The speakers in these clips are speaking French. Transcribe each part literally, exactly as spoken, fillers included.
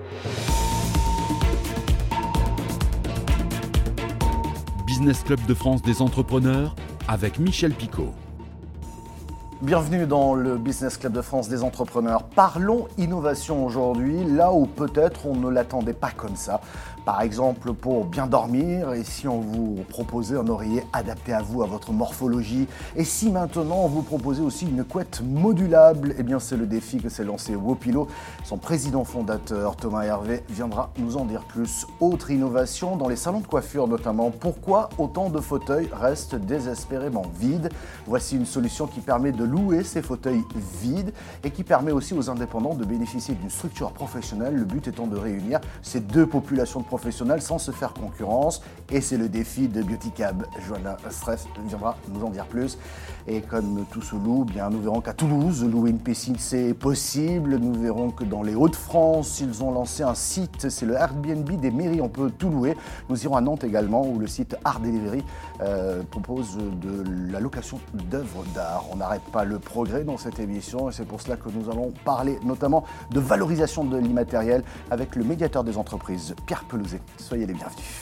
Business Club de France des entrepreneurs avec Michel Picot. Bienvenue dans le Business Club de France des entrepreneurs. Parlons innovation aujourd'hui, là où peut-être on ne l'attendait pas comme ça. Par exemple, pour bien dormir, et si on vous proposait un oreiller adapté à vous, à votre morphologie, et si maintenant on vous proposait aussi une couette modulable, eh bien c'est le défi que s'est lancé Wopilo. Son président fondateur, Thomas Hervé, viendra nous en dire plus. Autre innovation dans les salons de coiffure notamment. Pourquoi autant de fauteuils restent désespérément vides? Voici une solution qui permet de louer ces fauteuils vides et qui permet aussi aux indépendants de bénéficier d'une structure professionnelle. Le but étant de réunir ces deux populations de professionnels sans se faire concurrence. Et c'est le défi de Beautycab. Johanna Streff viendra nous en dire plus. Et comme tout se loue, bien nous verrons qu'à Toulouse, louer une piscine c'est possible. Nous verrons que dans les Hauts-de-France, ils ont lancé un site, c'est le Airbnb des mairies, on peut tout louer. Nous irons à Nantes également où le site Art Delivery euh, propose de la location d'œuvres d'art. On n'arrête pas le progrès dans cette émission et c'est pour cela que nous allons parler notamment de valorisation de l'immatériel avec le médiateur des entreprises, Pierre Pelouzet. Soyez les bienvenus.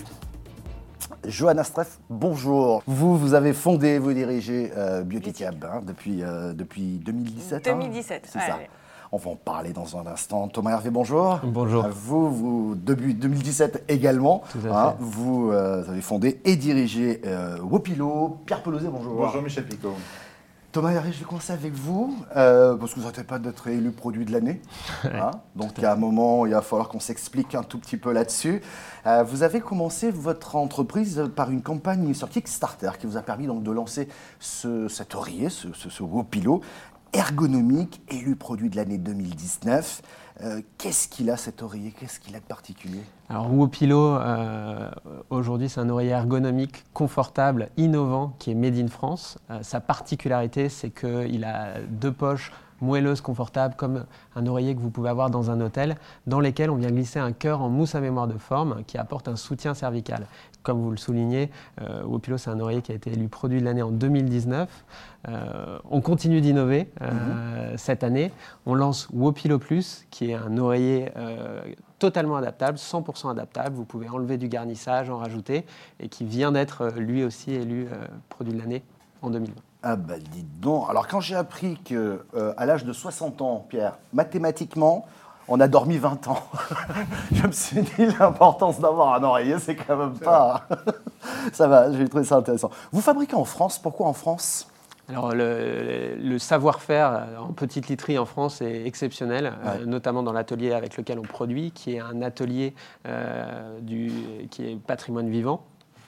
Johanna Streff, bonjour. Vous, vous avez fondé, vous dirigez euh, Beautycab hein, depuis, euh, depuis deux mille dix-sept. deux mille dix-sept, hein, c'est ouais, ça. ouais. On va en parler dans un instant. Thomas Hervé, bonjour. Bonjour. Vous, vous depuis deux mille dix-sept également, Tout à hein, fait. vous euh, avez fondé et dirigé euh, Wopilo. Pierre Pelouzet, bonjour. Bonjour Michel Picot. Thomas Hervé, je vais commencer avec vous, euh, parce que vous n'arrêtez pas d'être élu produit de l'année. Hein, donc à un moment, il va falloir qu'on s'explique un tout petit peu là-dessus. Euh, vous avez commencé votre entreprise par une campagne sur Kickstarter qui vous a permis donc de lancer ce, cet oreiller, ce, ce, ce Wopilo, ergonomique, élu produit de l'année deux mille dix-neuf. Euh, qu'est-ce qu'il a cet oreiller? Qu'est-ce qu'il a de particulier? Alors Wopilo, euh, aujourd'hui, c'est un oreiller ergonomique, confortable, innovant, qui est made in France. Euh, sa particularité, c'est qu'il a deux poches moelleuses, confortables, comme un oreiller que vous pouvez avoir dans un hôtel, dans lesquelles on vient glisser un cœur en mousse à mémoire de forme qui apporte un soutien cervical. Comme vous le soulignez, euh, Wopilo, c'est un oreiller qui a été élu produit de l'année en deux mille dix-neuf. Euh, on continue d'innover euh, mmh. cette année. On lance Wopilo Plus, qui est un oreiller euh, totalement adaptable, cent pour cent adaptable. Vous pouvez enlever du garnissage, en rajouter, et qui vient d'être lui aussi élu euh, produit de l'année en deux mille vingt. Ah bah dites donc. Alors quand j'ai appris qu'à euh, l'âge de soixante ans, Pierre, mathématiquement, on a dormi vingt ans. Je me suis dit, l'importance d'avoir un oreiller, c'est quand même pas... Ça va, j'ai trouvé ça intéressant. Vous fabriquez en France, pourquoi en France ? Alors, le, le savoir-faire en petite literie en France est exceptionnel, ouais. euh, notamment dans l'atelier avec lequel on produit, qui est un atelier euh, du, qui est patrimoine vivant.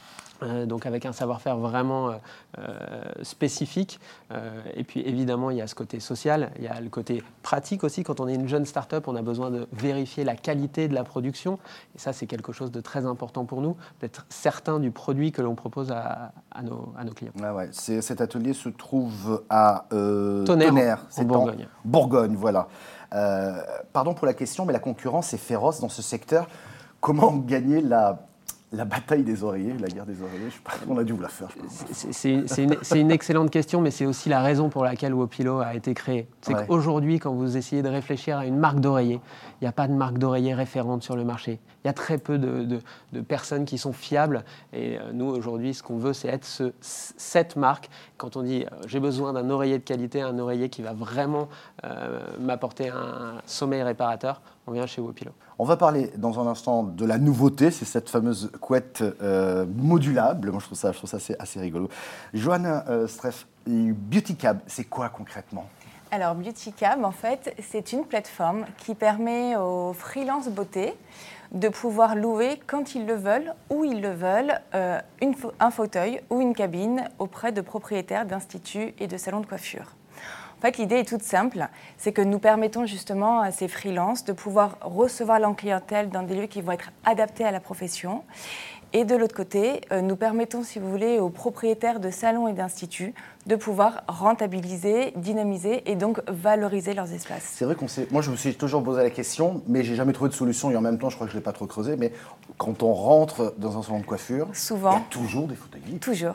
Euh, donc avec un savoir-faire vraiment euh, spécifique. Euh, et puis évidemment, il y a ce côté social, il y a le côté pratique aussi. Quand on est une jeune start-up, on a besoin de vérifier la qualité de la production. Et ça, c'est quelque chose de très important pour nous, d'être certain du produit que l'on propose à, à, nos, à nos clients. Ah ouais, c'est, cet atelier se trouve à euh, Tonnerre, Tonnerre, en Bourgogne. En Bourgogne, voilà. Euh, pardon pour la question, mais la concurrence est féroce dans ce secteur. Comment gagner la... La bataille des oreillers, la guerre des oreillers, je sais pas, on a dû vous la faire. C'est, c'est, c'est, une, c'est une excellente question, mais c'est aussi la raison pour laquelle Wopilo a été créé. C'est ouais. qu'aujourd'hui, quand vous essayez de réfléchir à une marque d'oreiller, il n'y a pas de marque d'oreiller référente sur le marché. Il y a très peu de, de, de personnes qui sont fiables. Et nous, aujourd'hui, ce qu'on veut, c'est être ce, cette marque. Quand on dit « j'ai besoin d'un oreiller de qualité, un oreiller qui va vraiment euh, m'apporter un sommeil réparateur », on vient chez Wopilo. On va parler dans un instant de la nouveauté, c'est cette fameuse couette euh, modulable. Moi, je trouve ça, je trouve ça assez, assez rigolo. Johanna euh, Streff, Beautycab, c'est quoi concrètement ? Alors, Beautycab, en fait, c'est une plateforme qui permet aux freelance beauté de pouvoir louer quand ils le veulent, où ils le veulent, euh, une, un fauteuil ou une cabine auprès de propriétaires d'instituts et de salons de coiffure. En fait, l'idée est toute simple, c'est que nous permettons justement à ces freelances de pouvoir recevoir leur clientèle dans des lieux qui vont être adaptés à la profession. Et de l'autre côté, euh, nous permettons, si vous voulez, aux propriétaires de salons et d'instituts de pouvoir rentabiliser, dynamiser et donc valoriser leurs espaces. C'est vrai qu'on sait. Moi, je me suis toujours posé la question, mais j'ai jamais trouvé de solution. Et en même temps, je crois que je l'ai pas trop creusé. Mais quand on rentre dans un salon de coiffure, souvent, il y a toujours des fauteuils libres. Toujours.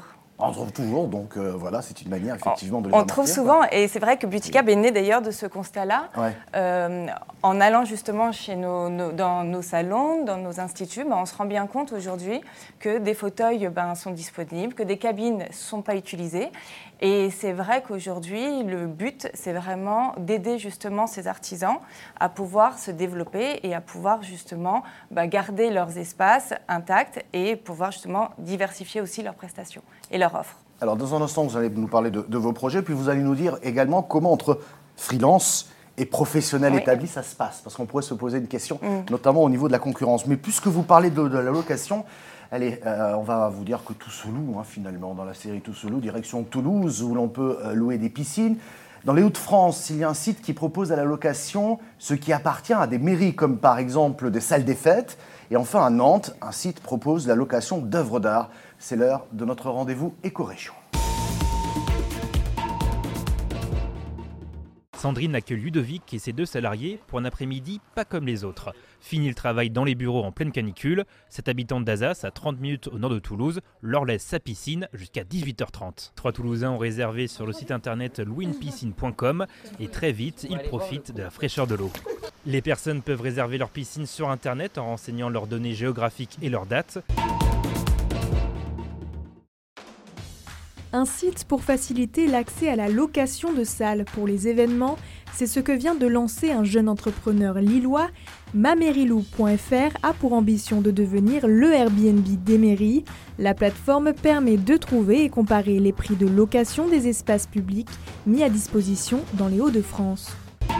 On trouve toujours, donc euh, voilà, c'est une manière effectivement de les On amortir, trouve souvent, quoi. Et c'est vrai que Beautycab est né d'ailleurs de ce constat-là, ouais. euh, en allant justement chez nos, nos, dans nos salons, dans nos instituts, ben, on se rend bien compte aujourd'hui que des fauteuils ben, sont disponibles, que des cabines ne sont pas utilisées. Et c'est vrai qu'aujourd'hui, le but, c'est vraiment d'aider justement ces artisans à pouvoir se développer et à pouvoir justement bah, garder leurs espaces intacts et pouvoir justement diversifier aussi leurs prestations et leurs offres. Alors, dans un instant, vous allez nous parler de, de vos projets, puis vous allez nous dire également comment entre freelance et professionnel oui. établi, ça se passe. Parce qu'on pourrait se poser une question, mm. notamment au niveau de la concurrence. Mais puisque vous parlez de, de la location, allez, euh, on va vous dire que tout se loue, hein, finalement, dans la série Tout se loue, direction Toulouse, où l'on peut euh, louer des piscines. Dans les Hauts-de-France, il y a un site qui propose à la location ce qui appartient à des mairies, comme par exemple des salles des fêtes. Et enfin, à Nantes, un site propose la location d'œuvres d'art. C'est l'heure de notre rendez-vous Éco-Région. Sandrine accueille Ludovic et ses deux salariés pour un après-midi pas comme les autres. Fini le travail dans les bureaux en pleine canicule, cette habitante d'Azas, à trente minutes au nord de Toulouse, leur laisse sa piscine jusqu'à dix-huit heures trente. Trois Toulousains ont réservé sur le site internet louer une piscine point com et très vite, ils profitent de la fraîcheur de l'eau. Les personnes peuvent réserver leur piscine sur internet en renseignant leurs données géographiques et leurs dates. Un site pour faciliter l'accès à la location de salles pour les événements, c'est ce que vient de lancer un jeune entrepreneur lillois. Mamerilou point f r a pour ambition de devenir le Airbnb des mairies. La plateforme permet de trouver et comparer les prix de location des espaces publics mis à disposition dans les Hauts-de-France.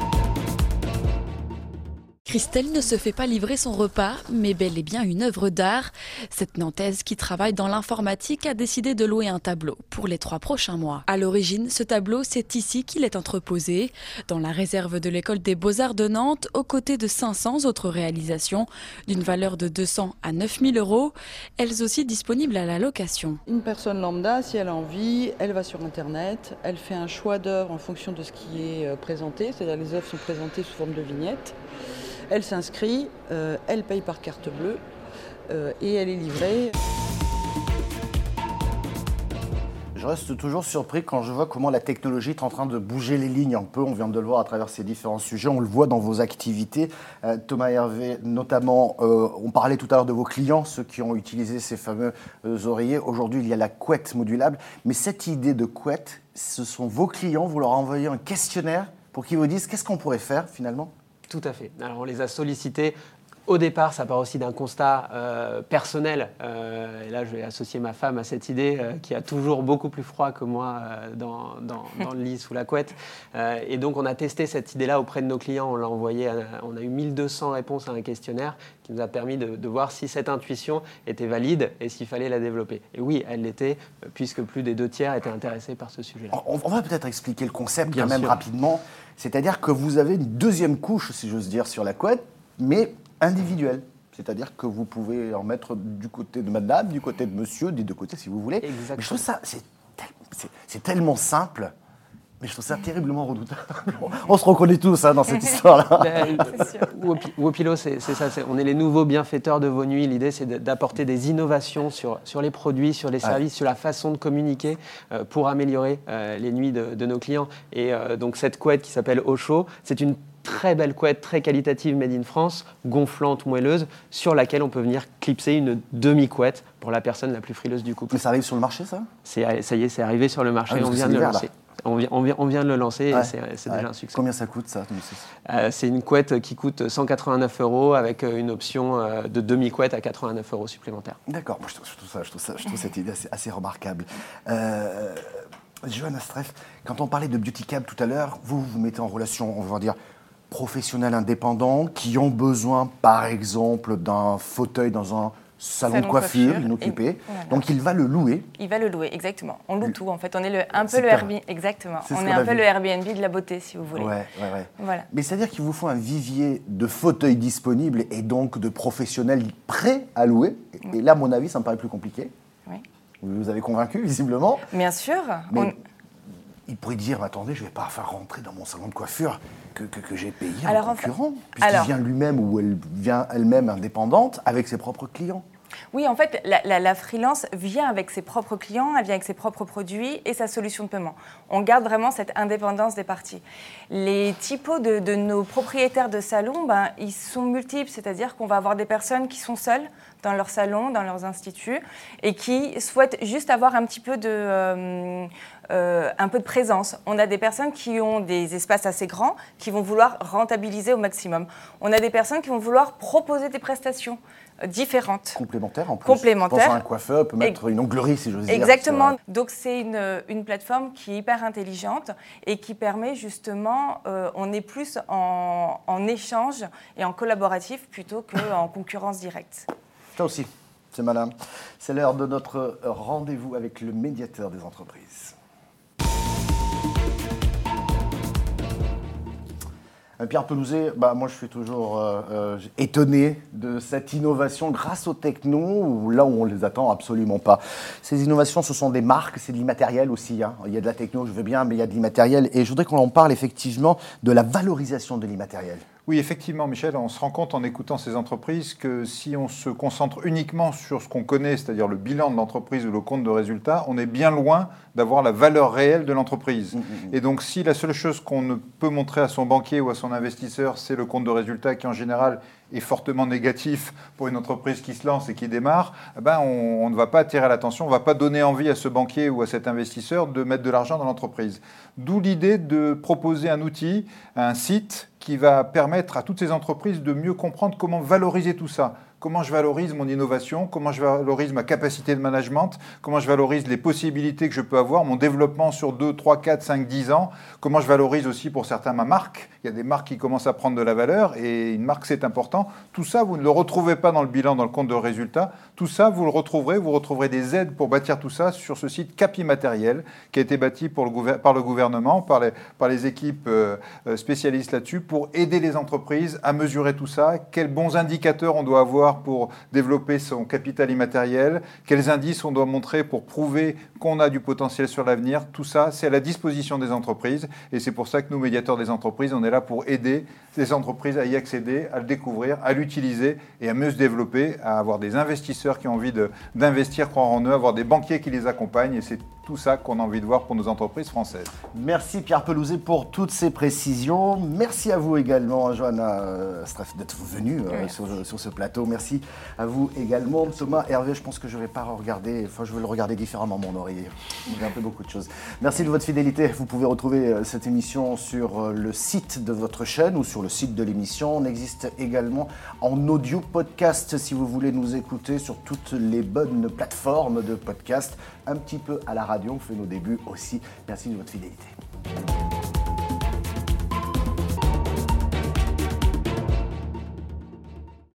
Christelle ne se fait pas livrer son repas, mais bel et bien une œuvre d'art. Cette Nantaise qui travaille dans l'informatique a décidé de louer un tableau pour les trois prochains mois. À l'origine, ce tableau, c'est ici qu'il est entreposé, dans la réserve de l'école des Beaux-Arts de Nantes, aux côtés de cinq cents autres réalisations, d'une valeur de deux cents à neuf mille euros, elles aussi disponibles à la location. Une personne lambda, si elle a envie, elle va sur Internet, elle fait un choix d'œuvres en fonction de ce qui est présenté, c'est-à-dire les œuvres sont présentées sous forme de vignettes. Elle s'inscrit, euh, elle paye par carte bleue euh, et elle est livrée. Je reste toujours surpris quand je vois comment la technologie est en train de bouger les lignes un peu. On vient de le voir à travers ces différents sujets. On le voit dans vos activités. Euh, Thomas Hervé, notamment, euh, on parlait tout à l'heure de vos clients, ceux qui ont utilisé ces fameux euh, oreillers. Aujourd'hui, il y a la couette modulable. Mais cette idée de couette, ce sont vos clients. Vous leur envoyez un questionnaire pour qu'ils vous disent qu'est-ce qu'on pourrait faire finalement ? Tout à fait. Alors, on les a sollicités. Au départ, ça part aussi d'un constat euh, personnel. Euh, et là, je vais associer ma femme à cette idée euh, qui a toujours beaucoup plus froid que moi euh, dans, dans, dans le lit sous la couette. Euh, et donc, on a testé cette idée-là auprès de nos clients. On l'a envoyé. À, on a eu mille deux cents réponses à un questionnaire qui nous a permis de, de voir si cette intuition était valide et s'il fallait la développer. Et oui, elle l'était, puisque plus des deux tiers étaient intéressés par ce sujet-là. On, on va peut-être expliquer le concept Bien quand même sûr. rapidement. C'est-à-dire que vous avez une deuxième couche, si j'ose dire, sur la couette, mais individuelle. C'est-à-dire que vous pouvez en mettre du côté de madame, du côté de monsieur, des deux côtés si vous voulez. Exactement. Mais je trouve ça, c'est, tel- c'est, c'est tellement simple, mais je trouve ça terriblement redoutable. On se reconnaît tous hein, dans cette histoire-là. Ben, Wopi- Wopilo, c'est, c'est ça. C'est, on est les nouveaux bienfaiteurs de vos nuits. L'idée, c'est de, d'apporter des innovations sur, sur les produits, sur les services, ouais. sur la façon de communiquer euh, pour améliorer euh, les nuits de, de nos clients. Et euh, donc, cette couette qui s'appelle Osho, c'est une très belle couette, très qualitative, made in France, gonflante, moelleuse, sur laquelle on peut venir clipser une demi-couette pour la personne la plus frileuse du couple. Mais ça arrive sur le marché, ça c'est, Ça y est, c'est arrivé sur le marché, ah, on vient de le l'hiver, lancer. On vient, on, vient, on vient de le lancer ouais. et c'est, c'est ouais. déjà un succès. Combien ça coûte, ça euh, C'est une couette qui coûte cent quatre-vingt-neuf euros avec une option euh, de demi-couette à quatre-vingt-neuf euros supplémentaires. D'accord, moi, je, trouve, je, trouve ça, je, trouve ça, je trouve cette idée assez, assez remarquable. Euh, Johanna Streff, quand on parlait de Beautycab tout à l'heure, vous vous mettez en relation, on va dire, professionnels indépendants qui ont besoin, par exemple, d'un fauteuil dans un salon, salon de coiffure, coiffure inoccupé. Et, voilà. Donc, il va le louer. Il va le louer, exactement. On loue le... tout, en fait. On est le, un peu c'est le Airbnb, exactement. C'est on est un peu vu. le Airbnb de la beauté, si vous voulez. Ouais, ouais, ouais. Voilà. Mais c'est-à-dire qu'il vous faut un vivier de fauteuils disponibles et donc de professionnels prêts à louer. Oui. Et là, à mon avis, ça me paraît plus compliqué. Oui. Vous vous avez convaincu, visiblement. Bien sûr. Mais on... il pourrait dire, attendez, je ne vais pas faire rentrer dans mon salon de coiffure que, que, que j'ai payé alors, un concurrent, en fait, puisqu'il alors, vient lui-même ou elle vient elle-même indépendante avec ses propres clients. Oui, en fait, la, la, la freelance vient avec ses propres clients, elle vient avec ses propres produits et sa solution de paiement. On garde vraiment cette indépendance des parties. Les typos de, de nos propriétaires de salons, ben, ils sont multiples, c'est-à-dire qu'on va avoir des personnes qui sont seules dans leur salon, dans leurs instituts, et qui souhaitent juste avoir un petit peu de, euh, euh, un peu de présence. On a des personnes qui ont des espaces assez grands, qui vont vouloir rentabiliser au maximum. On a des personnes qui vont vouloir proposer des prestations différentes. Complémentaires en plus. Complémentaires. Je pense à un coiffeur, peut mettre et... une onglerie si j'ose dire. Exactement. Donc c'est une, une plateforme qui est hyper intelligente et qui permet justement, euh, on est plus en, en échange et en collaboratif plutôt qu'en concurrence directe. Ça aussi, c'est malin. C'est l'heure de notre rendez-vous avec le médiateur des entreprises. Pierre Pelouzet, bah moi je suis toujours euh, euh, étonné de cette innovation grâce aux technos, où là où on ne les attend absolument pas. Ces innovations, ce sont des marques, c'est de l'immatériel aussi. Hein. Il y a de la techno, je veux bien, mais il y a de l'immatériel. Et je voudrais qu'on en parle effectivement de la valorisation de l'immatériel. Oui, effectivement, Michel, on se rend compte en écoutant ces entreprises que si on se concentre uniquement sur ce qu'on connaît, c'est-à-dire le bilan de l'entreprise ou le compte de résultat, on est bien loin d'avoir la valeur réelle de l'entreprise. Mmh, mmh. Et donc, si la seule chose qu'on ne peut montrer à son banquier ou à son investisseur, c'est le compte de résultat qui, en général, est fortement négatif pour une entreprise qui se lance et qui démarre, ben on, on ne va pas attirer l'attention, on ne va pas donner envie à ce banquier ou à cet investisseur de mettre de l'argent dans l'entreprise. D'où l'idée de proposer un outil, un site qui va permettre à toutes ces entreprises de mieux comprendre comment valoriser tout ça. Comment je valorise mon innovation, comment je valorise ma capacité de management, comment je valorise les possibilités que je peux avoir, mon développement sur deux, trois, quatre, cinq, dix ans, comment je valorise aussi pour certains ma marque. Il y a des marques qui commencent à prendre de la valeur et une marque c'est important. Tout ça, vous ne le retrouvez pas dans le bilan, dans le compte de résultat. Tout ça, vous le retrouverez, vous retrouverez des aides pour bâtir tout ça sur ce site Cap Immatériel qui a été bâti pour le gouver- par le gouvernement, par les, par les équipes euh, spécialistes là-dessus pour aider les entreprises à mesurer tout ça, quels bons indicateurs on doit avoir pour développer son capital immatériel, quels indices on doit montrer pour prouver qu'on a du potentiel sur l'avenir. Tout ça, c'est à la disposition des entreprises et c'est pour ça que nous, médiateurs des entreprises, on est là pour aider les entreprises à y accéder, à le découvrir, à l'utiliser et à mieux se développer, à avoir des investisseurs qui ont envie de, d'investir, croire en eux, avoir des banquiers qui les accompagnent et c'est tout ça qu'on a envie de voir pour nos entreprises françaises. Merci Pierre Pelouzet pour toutes ces précisions. Merci à vous également, Johanna euh, Streff, d'être venue euh, oui. sur, sur ce plateau. Merci à vous également, Thomas. Hervé, je pense que je ne vais pas regarder, enfin je vais le regarder différemment, mon oreiller. J'ai un peu beaucoup de choses. Merci de votre fidélité. Vous pouvez retrouver euh, cette émission sur euh, le site de votre chaîne ou sur le site de l'émission. On existe également en audio podcast si vous voulez nous écouter sur toutes les bonnes plateformes de podcast. Un petit peu à la radio, on fait nos débuts aussi. Merci de votre fidélité.